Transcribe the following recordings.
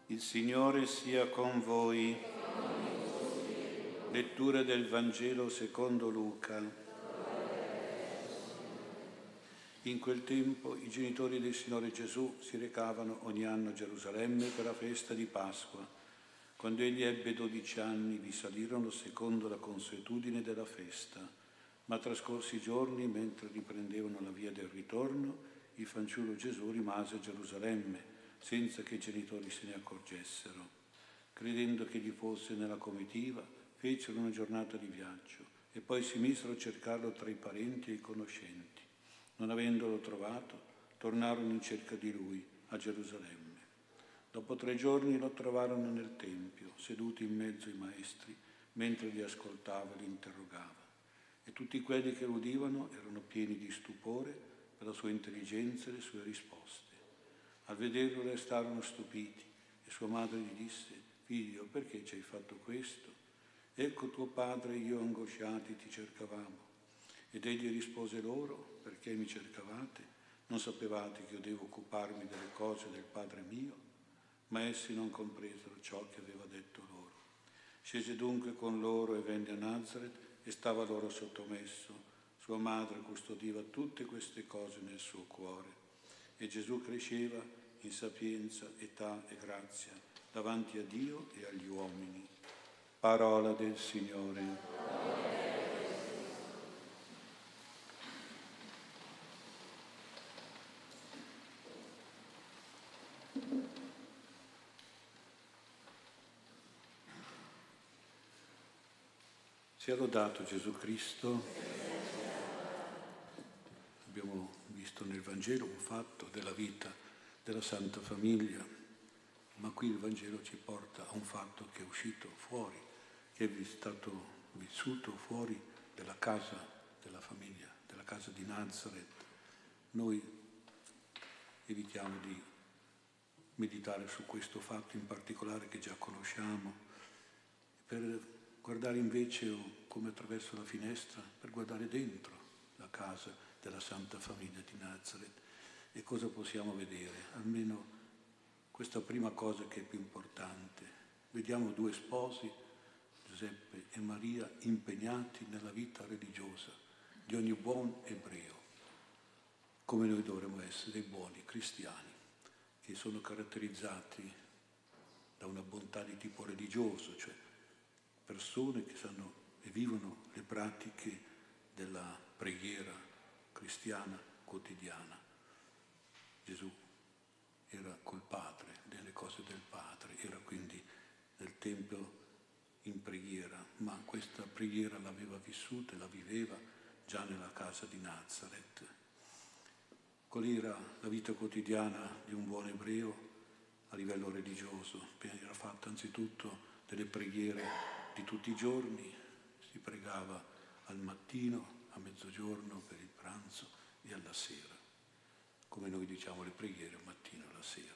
Il Signore sia con voi. Lettura del Vangelo secondo Luca. In quel tempo i genitori del Signore Gesù si recavano ogni anno a Gerusalemme per la festa di Pasqua. Quando egli ebbe 12 anni vi salirono secondo la consuetudine della festa. Ma trascorsi i giorni, mentre riprendevano la via del ritorno, il fanciullo Gesù rimase a Gerusalemme, senza che i genitori se ne accorgessero. Credendo che gli fosse nella comitiva, fecero una giornata di viaggio e poi si misero a cercarlo tra i parenti e i conoscenti. Non avendolo trovato, tornarono in cerca di lui a Gerusalemme. Dopo 3 giorni lo trovarono nel Tempio, seduto in mezzo ai maestri, mentre li ascoltava e li interrogava. E tutti quelli che lo udivano erano pieni di stupore per la sua intelligenza e le sue risposte. Al vederlo restarono stupiti e sua madre gli disse: «Figlio, perché ci hai fatto questo? Ecco tuo padre e io angosciati ti cercavamo». Ed egli rispose loro: «Perché mi cercavate? Non sapevate che io devo occuparmi delle cose del Padre mio?» Ma essi non compresero ciò che aveva detto loro. Scese dunque con loro e venne a Nazaret e stava loro sottomesso. Sua madre custodiva tutte queste cose nel suo cuore. E Gesù cresceva in sapienza, età e grazia davanti a Dio e agli uomini. Parola del Signore. Sia lodato Gesù Cristo. Abbiamo visto nel Vangelo un fatto della vita della Santa Famiglia, ma qui il Vangelo ci porta a un fatto che è uscito fuori, che è stato vissuto fuori della casa della famiglia, della casa di Nazaret. Noi evitiamo di meditare su questo fatto in particolare che già conosciamo, per guardare invece come attraverso la finestra, per guardare dentro la casa della Santa Famiglia di Nazaret. E cosa possiamo vedere? Almeno questa prima cosa che è più importante. Vediamo 2 sposi, Giuseppe e Maria, impegnati nella vita religiosa di ogni buon ebreo, come noi dovremmo essere dei buoni cristiani, che sono caratterizzati da una bontà di tipo religioso, cioè persone che sanno e vivono le pratiche della preghiera cristiana quotidiana. Gesù era col Padre, delle cose del Padre, era quindi nel Tempio in preghiera, ma questa preghiera l'aveva vissuta e la viveva già nella casa di Nazaret. Qual era la vita quotidiana di un buon ebreo a livello religioso? Era fatta anzitutto delle preghiere di tutti i giorni, si pregava al mattino, a mezzogiorno per il pranzo e alla sera, come noi diciamo le preghiere al mattino e alla sera.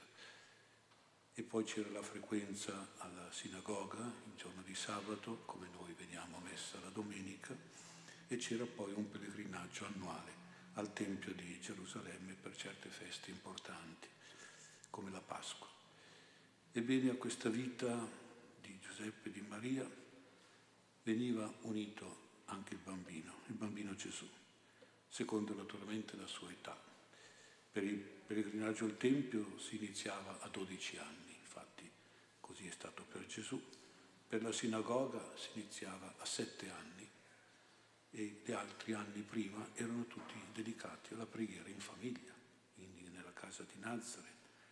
E poi c'era la frequenza alla sinagoga il giorno di sabato, come noi veniamo a messa la domenica, e c'era poi un pellegrinaggio annuale al Tempio di Gerusalemme per certe feste importanti, come la Pasqua. Ebbene, a questa vita di Giuseppe e di Maria veniva unito anche il bambino Gesù, secondo naturalmente la sua età. Per il pellegrinaggio al Tempio si iniziava a 12 anni, infatti così è stato per Gesù. Per la sinagoga si iniziava a 7 anni e gli altri anni prima erano tutti dedicati alla preghiera in famiglia, quindi nella casa di Nazaret.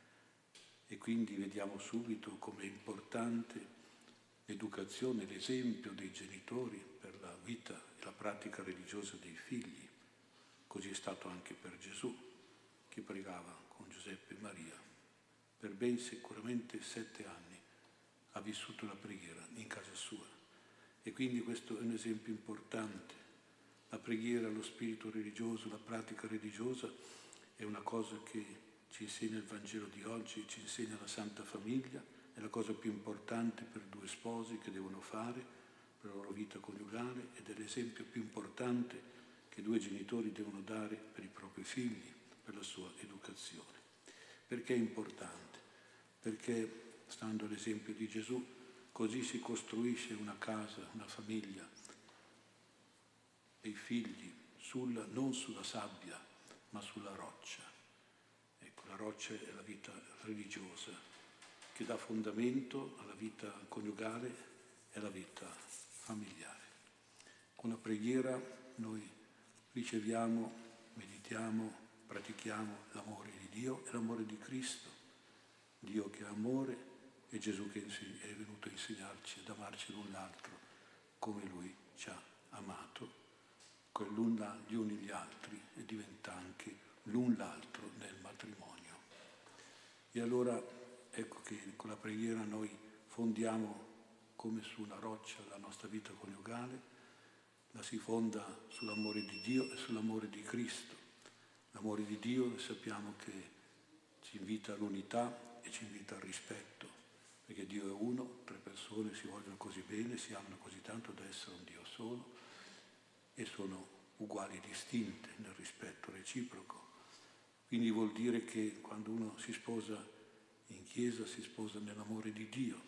E quindi vediamo subito com'è importante l'educazione, l'esempio dei genitori per la vita e la pratica religiosa dei figli. Così è stato anche per Gesù, che pregava con Giuseppe e Maria. Per ben sicuramente 7 anni ha vissuto la preghiera in casa sua. E quindi questo è un esempio importante. La preghiera, lo spirito religioso, la pratica religiosa è una cosa che ci insegna il Vangelo di oggi, ci insegna la Santa Famiglia, è la cosa più importante per 2 sposi che devono fare per la loro vita coniugale ed è l'esempio più importante che 2 genitori devono dare per i propri figli, per la sua educazione. Perché è importante? Perché stando all'esempio di Gesù, così si costruisce una casa, una famiglia, dei figli, non sulla sabbia, ma sulla roccia. Ecco, la roccia è la vita religiosa, che dà fondamento alla vita coniugale e alla vita familiare. Con la preghiera noi riceviamo, meditiamo, pratichiamo l'amore di Dio e l'amore di Cristo. Dio che è amore e Gesù che è venuto a insegnarci ad amarci l'un l'altro come Lui ci ha amato, con gli uni gli altri, e diventa anche l'un l'altro nel matrimonio. E allora ecco che con la preghiera noi fondiamo come su una roccia la nostra vita coniugale, la si fonda sull'amore di Dio e sull'amore di Cristo. L'amore di Dio sappiamo che ci invita all'unità e ci invita al rispetto, perché Dio è uno, 3 persone si vogliono così bene, si amano così tanto da essere un Dio solo e sono uguali e distinte nel rispetto reciproco. Quindi vuol dire che quando uno si sposa in chiesa si sposa nell'amore di Dio.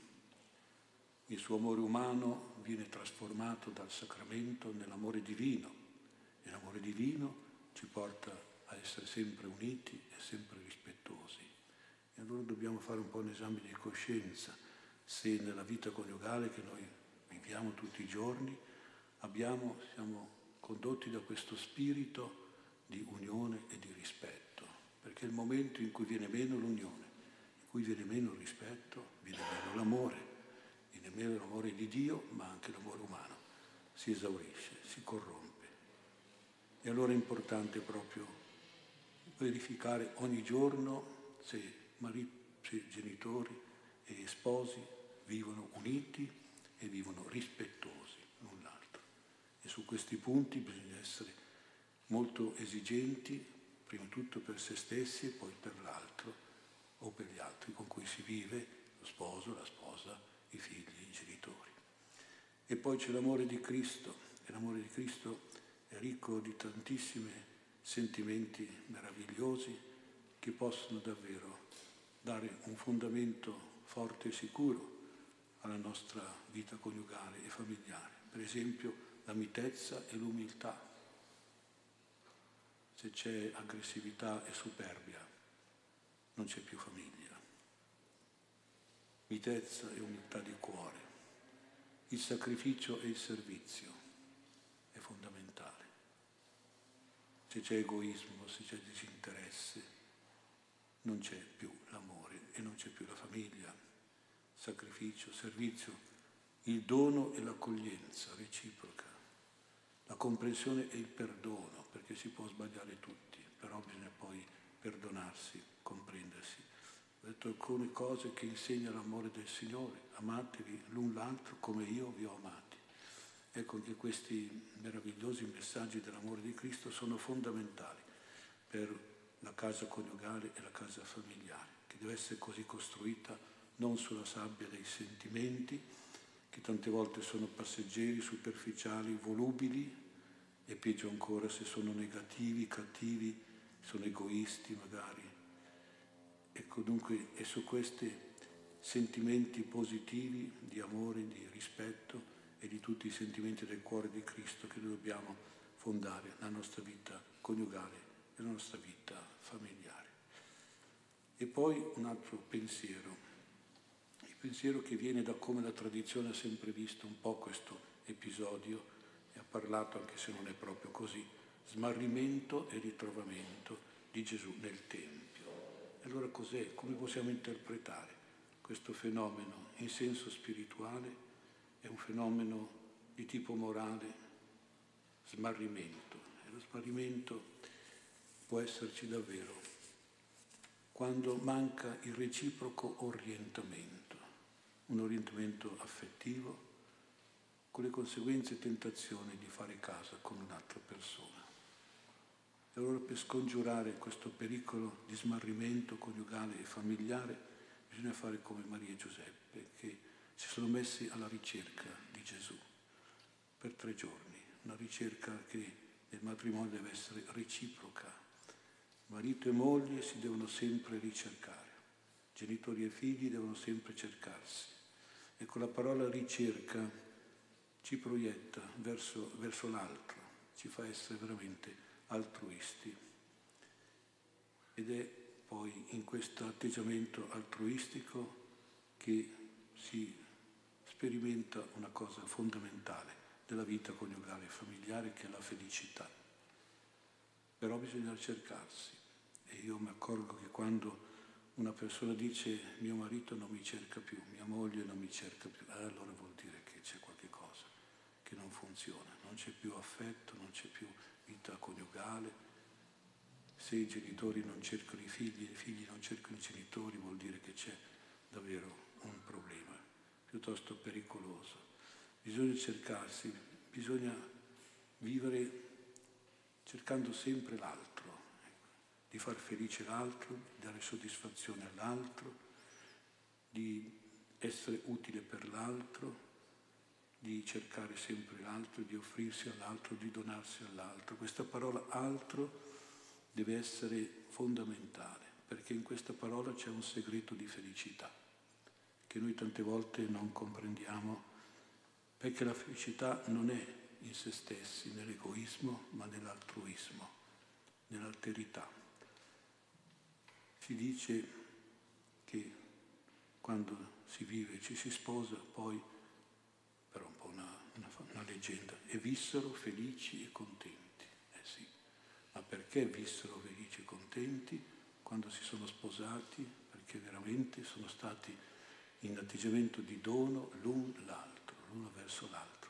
Il suo amore umano viene trasformato dal sacramento nell'amore divino e l'amore divino ci porta a essere sempre uniti e sempre rispettosi. E allora dobbiamo fare un po' un esame di coscienza se nella vita coniugale che noi viviamo tutti i giorni siamo condotti da questo spirito di unione e di rispetto, perché il momento in cui viene meno l'unione, in cui viene meno il rispetto, viene meno l'amore. Viene meno l'amore di Dio, ma anche l'amore umano si esaurisce, si corrompe. E allora è importante proprio verificare ogni giorno se genitori e sposi vivono uniti e vivono rispettosi l'un l'altro. E su questi punti bisogna essere molto esigenti, prima di tutto per se stessi e poi per l'altro o per gli altri con cui si vive, lo sposo, la sposa, i figli, i genitori. E poi c'è l'amore di Cristo, e l'amore di Cristo è ricco di tantissimi sentimenti meravigliosi che possono davvero dare un fondamento forte e sicuro alla nostra vita coniugale e familiare. Per esempio la mitezza e l'umiltà. Se c'è aggressività e superbia, non c'è più famiglia. Mitezza e umiltà di cuore. Il sacrificio e il servizio è fondamentale. Se c'è egoismo, se c'è disinteresse, non c'è più l'amore e non c'è più la famiglia. Sacrificio, servizio, il dono e l'accoglienza reciproca, la comprensione e il perdono, perché si può sbagliare tutti, però bisogna poi perdonarsi, comprendersi. Ho detto alcune cose che insegna l'amore del Signore: amatevi l'un l'altro come io vi ho amati. Ecco che questi meravigliosi messaggi dell'amore di Cristo sono fondamentali per la casa coniugale e la casa familiare, che deve essere così costruita non sulla sabbia dei sentimenti, che tante volte sono passeggeri, superficiali, volubili, e peggio ancora se sono negativi, cattivi, sono egoisti magari. Ecco dunque, è su questi sentimenti positivi di amore, di rispetto e di tutti i sentimenti del cuore di Cristo che noi dobbiamo fondare la nostra vita coniugale e la nostra vita familiare. E poi un altro pensiero, il pensiero che viene da come la tradizione ha sempre visto un po' questo episodio e ha parlato, anche se non è proprio così, smarrimento e ritrovamento di Gesù nel Tempio. E allora cos'è? Come possiamo interpretare questo fenomeno in senso spirituale? È un fenomeno di tipo morale, smarrimento. E lo smarrimento può esserci davvero quando manca il reciproco orientamento, un orientamento affettivo, con le conseguenze e tentazioni di fare casa con un'altra persona. E allora per scongiurare questo pericolo di smarrimento coniugale e familiare bisogna fare come Maria e Giuseppe, che si sono messi alla ricerca di Gesù per 3 giorni, una ricerca che nel matrimonio deve essere reciproca. Marito e moglie si devono sempre ricercare, Genitori e figli devono sempre cercarsi. Ecco, la parola ricerca ci proietta verso l'altro, ci fa essere veramente altruisti. Ed è poi in questo atteggiamento altruistico che si sperimenta una cosa fondamentale della vita coniugale e familiare, che è la felicità. Però bisogna cercarsi. E io mi accorgo che quando una persona dice mio marito non mi cerca più, mia moglie non mi cerca più, allora vuol dire che c'è qualche cosa che non funziona, non c'è più affetto, non c'è più vita coniugale. Se i genitori non cercano i figli non cercano i genitori, vuol dire che c'è davvero un problema piuttosto pericoloso. Bisogna cercarsi, bisogna vivere cercando sempre l'altro, di far felice l'altro, di dare soddisfazione all'altro, di essere utile per l'altro, di cercare sempre l'altro, di offrirsi all'altro, di donarsi all'altro. Questa parola altro deve essere fondamentale, perché in questa parola c'è un segreto di felicità, che noi tante volte non comprendiamo, perché la felicità non è in se stessi, nell'egoismo, ma nell'altruismo, nell'alterità. Si dice che quando si vive, ci si sposa, poi, però un po' una leggenda, e vissero felici e contenti. Sì, ma perché vissero felici e contenti quando si sono sposati? Perché veramente sono stati in atteggiamento di dono l'uno verso l'altro.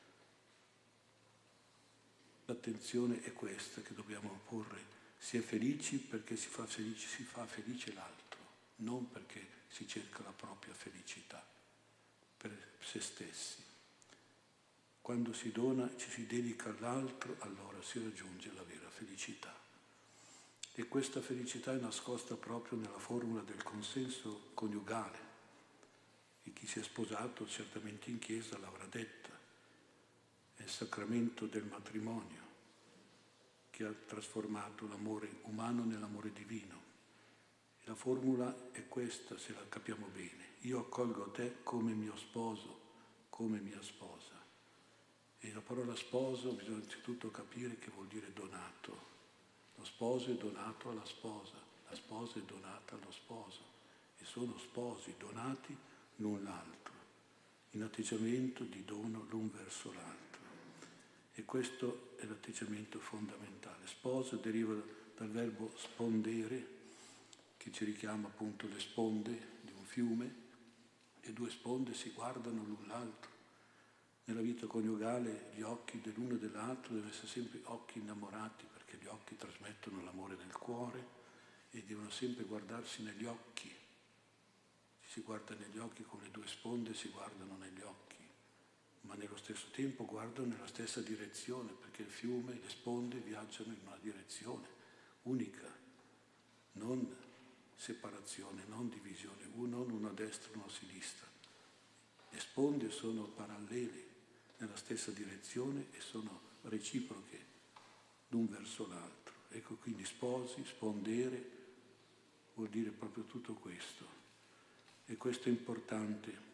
L'attenzione è questa che dobbiamo porre. Si è felici perché si fa felice l'altro, non perché si cerca la propria felicità per se stessi. Quando si dona, ci si dedica all'altro, allora si raggiunge la vera felicità. E questa felicità è nascosta proprio nella formula del consenso coniugale. E chi si è sposato certamente in chiesa l'avrà detta. È il sacramento del matrimonio che ha trasformato l'amore umano nell'amore divino. E la formula è questa, se la capiamo bene. Io accolgo te come mio sposo, come mia sposa. E la parola sposo bisogna innanzitutto capire che vuol dire donato. Lo sposo è donato alla sposa, la sposa è donata allo sposo. E sono sposi donati l'un l'altro, in atteggiamento di dono l'un verso l'altro. E questo è l'atteggiamento fondamentale. Sposo deriva dal verbo spondere, che ci richiama appunto le sponde di un fiume, e due sponde si guardano l'un l'altro. Nella vita coniugale gli occhi dell'uno e dell'altro devono essere sempre occhi innamorati, perché gli occhi trasmettono l'amore nel cuore e devono sempre guardarsi negli occhi. Ci si guarda negli occhi, con le due sponde si guardano negli occhi, ma nello stesso tempo guardano nella stessa direzione, perché il fiume e le sponde viaggiano in una direzione unica, non separazione, non divisione, non uno a destra e uno a sinistra. Le sponde sono parallele nella stessa direzione e sono reciproche l'un verso l'altro. Ecco, quindi sposi, spondere, vuol dire proprio tutto questo. E questo è importante.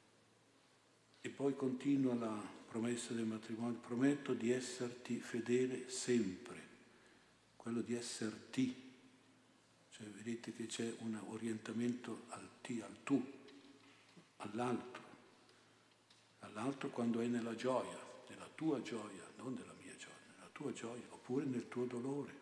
E poi continua la promessa del matrimonio: prometto di esserti fedele sempre. Quello di esserti. Cioè vedete che c'è un orientamento al tu, all'altro quando è nella gioia, nella tua gioia, non nella mia gioia, nella tua gioia, oppure nel tuo dolore,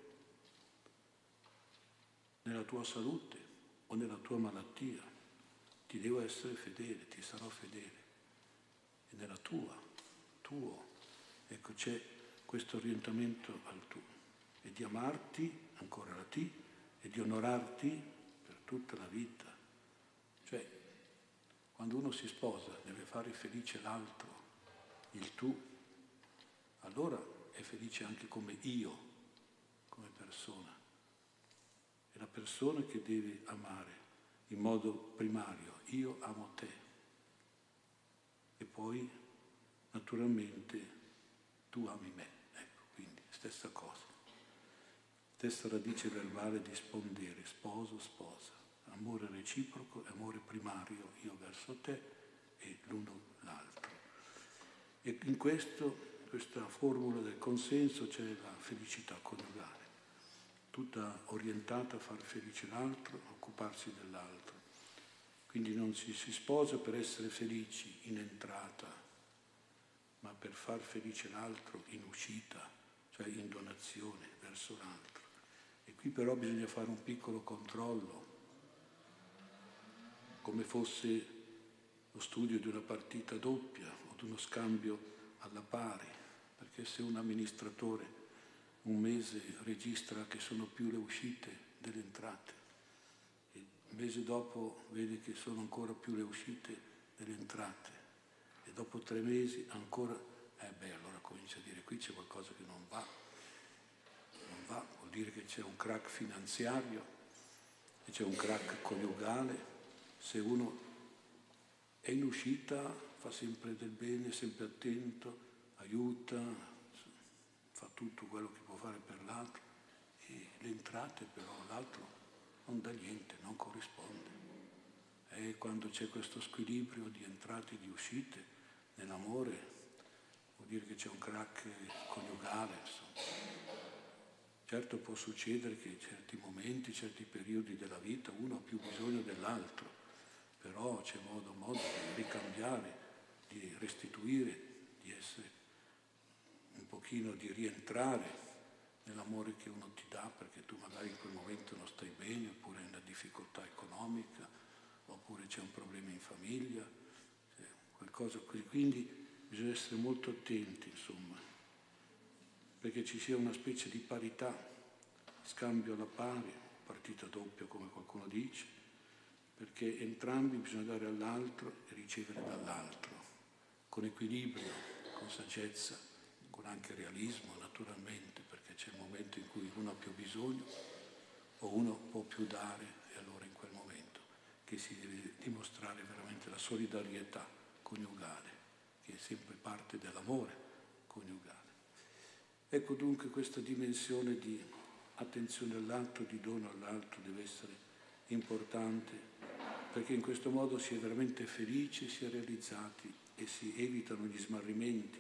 nella tua salute o nella tua malattia. Ti devo essere fedele, ti sarò fedele. E nella tuo, ecco, c'è questo orientamento al tu. E di amarti, ancora la ti, e di onorarti per tutta la vita. Cioè, quando uno si sposa deve fare felice l'altro, il tu, allora è felice anche come io, come persona. È la persona che deve amare in modo primario. Io amo te. E poi, naturalmente, tu ami me. Ecco, quindi, stessa cosa. Stessa radice verbale di spondere, sposo, sposa. amore reciproco e amore primario, io verso te e l'uno l'altro. E in questa formula del consenso c'è la felicità coniugale, tutta orientata a far felice l'altro, a occuparsi dell'altro. Quindi non si sposa per essere felici in entrata, ma per far felice l'altro in uscita, cioè in donazione verso l'altro. E qui però bisogna fare un piccolo controllo, come fosse lo studio di una partita doppia o di uno scambio alla pari, perché se un amministratore un mese registra che sono più le uscite delle entrate, e il mese dopo vede che sono ancora più le uscite delle entrate, e dopo 3 mesi ancora, allora comincia a dire qui c'è qualcosa che non va, vuol dire che c'è un crack finanziario, e c'è un crack coniugale. Se uno è in uscita fa sempre del bene, è sempre attento, aiuta, fa tutto quello che può fare per l'altro, e le entrate però l'altro non dà niente, non corrisponde. E quando c'è questo squilibrio di entrate e di uscite nell'amore, vuol dire che c'è un crack coniugale, insomma. Certo può succedere che in certi momenti, certi periodi della vita uno ha più bisogno dell'altro, però c'è modo di ricambiare, di restituire, di essere un pochino, di rientrare nell'amore che uno ti dà, perché tu magari in quel momento non stai bene, oppure hai una difficoltà economica, oppure c'è un problema in famiglia, qualcosa così. Quindi bisogna essere molto attenti, insomma, perché ci sia una specie di parità, scambio alla pari, partita doppia come qualcuno dice, perché entrambi bisogna dare all'altro e ricevere dall'altro, con equilibrio, con saggezza, con anche realismo naturalmente, perché c'è il momento in cui uno ha più bisogno o uno può più dare, e allora in quel momento che si deve dimostrare veramente la solidarietà coniugale, che è sempre parte dell'amore coniugale. Ecco dunque questa dimensione di attenzione all'altro, di dono all'altro deve essere importante, perché in questo modo si è veramente felici, si è realizzati e si evitano gli smarrimenti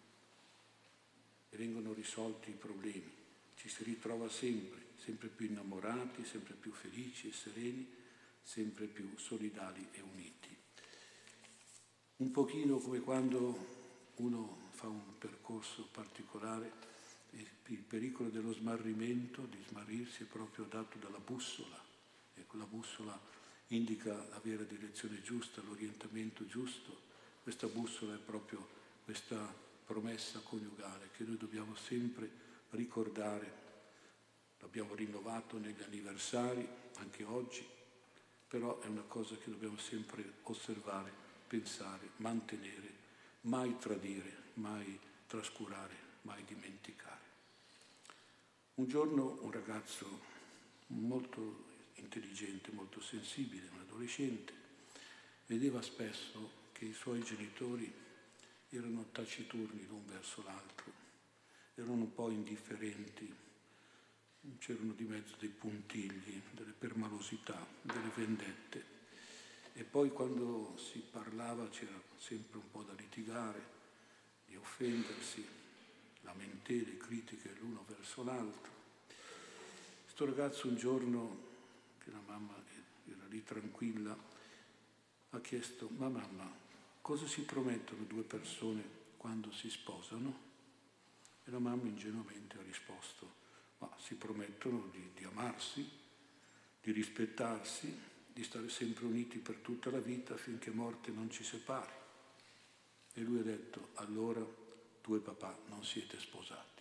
e vengono risolti i problemi. Ci si ritrova sempre più innamorati, sempre più felici e sereni, sempre più solidali e uniti. Un pochino come quando uno fa un percorso particolare, il pericolo dello smarrimento, di smarrirsi, è proprio dato dalla bussola. Ecco, la bussola indica la vera direzione giusta, l'orientamento giusto. Questa bussola è proprio questa promessa coniugale che noi dobbiamo sempre ricordare. L'abbiamo rinnovato negli anniversari, anche oggi, però è una cosa che dobbiamo sempre osservare, pensare, mantenere, mai tradire, mai trascurare, mai dimenticare. Un giorno un ragazzo molto intelligente, molto sensibile, un adolescente, vedeva spesso che i suoi genitori erano taciturni l'un verso l'altro, erano un po' indifferenti, c'erano di mezzo dei puntigli, delle permalosità, delle vendette. E poi quando si parlava c'era sempre un po' da litigare, di offendersi, lamentele, critiche l'uno verso l'altro. Questo ragazzo un giorno, che la mamma era lì tranquilla, ha chiesto: ma mamma, cosa si promettono 2 persone quando si sposano? E la mamma ingenuamente ha risposto: ma si promettono di amarsi, di rispettarsi, di stare sempre uniti per tutta la vita finché morte non ci separi. E lui ha detto: allora 2 papà non siete sposati.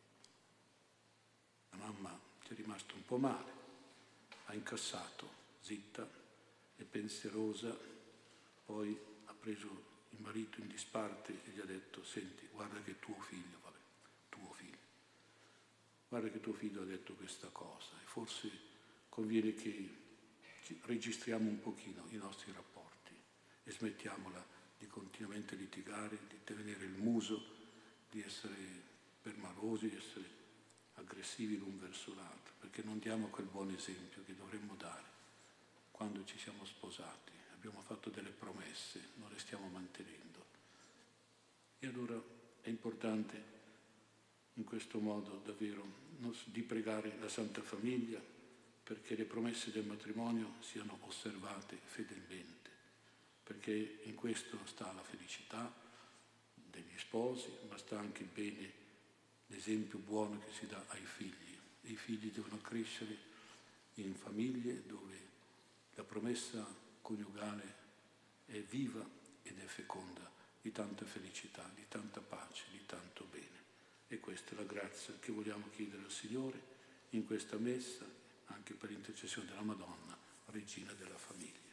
La mamma ci è rimasta un po' male, ha incassato, zitta e pensierosa, poi ha preso il marito in disparte e gli ha detto: senti, guarda che tuo figlio ha detto questa cosa, e forse conviene che registriamo un pochino i nostri rapporti e smettiamola di continuamente litigare, di tenere il muso, di essere permalosi, di essere aggressivi l'un verso l'altro, perché non diamo quel buon esempio che dovremmo dare quando ci siamo sposati, abbiamo fatto delle promesse, non le stiamo mantenendo. E allora è importante in questo modo davvero di pregare la Santa Famiglia perché le promesse del matrimonio siano osservate fedelmente, perché in questo sta la felicità degli sposi, ma sta anche il bene, l'esempio buono che si dà ai figli. E i figli devono crescere in famiglie dove la promessa coniugale è viva ed è feconda di tanta felicità, di tanta pace, di tanto bene. E questa è la grazia che vogliamo chiedere al Signore in questa messa, anche per l'intercessione della Madonna, Regina della Famiglia.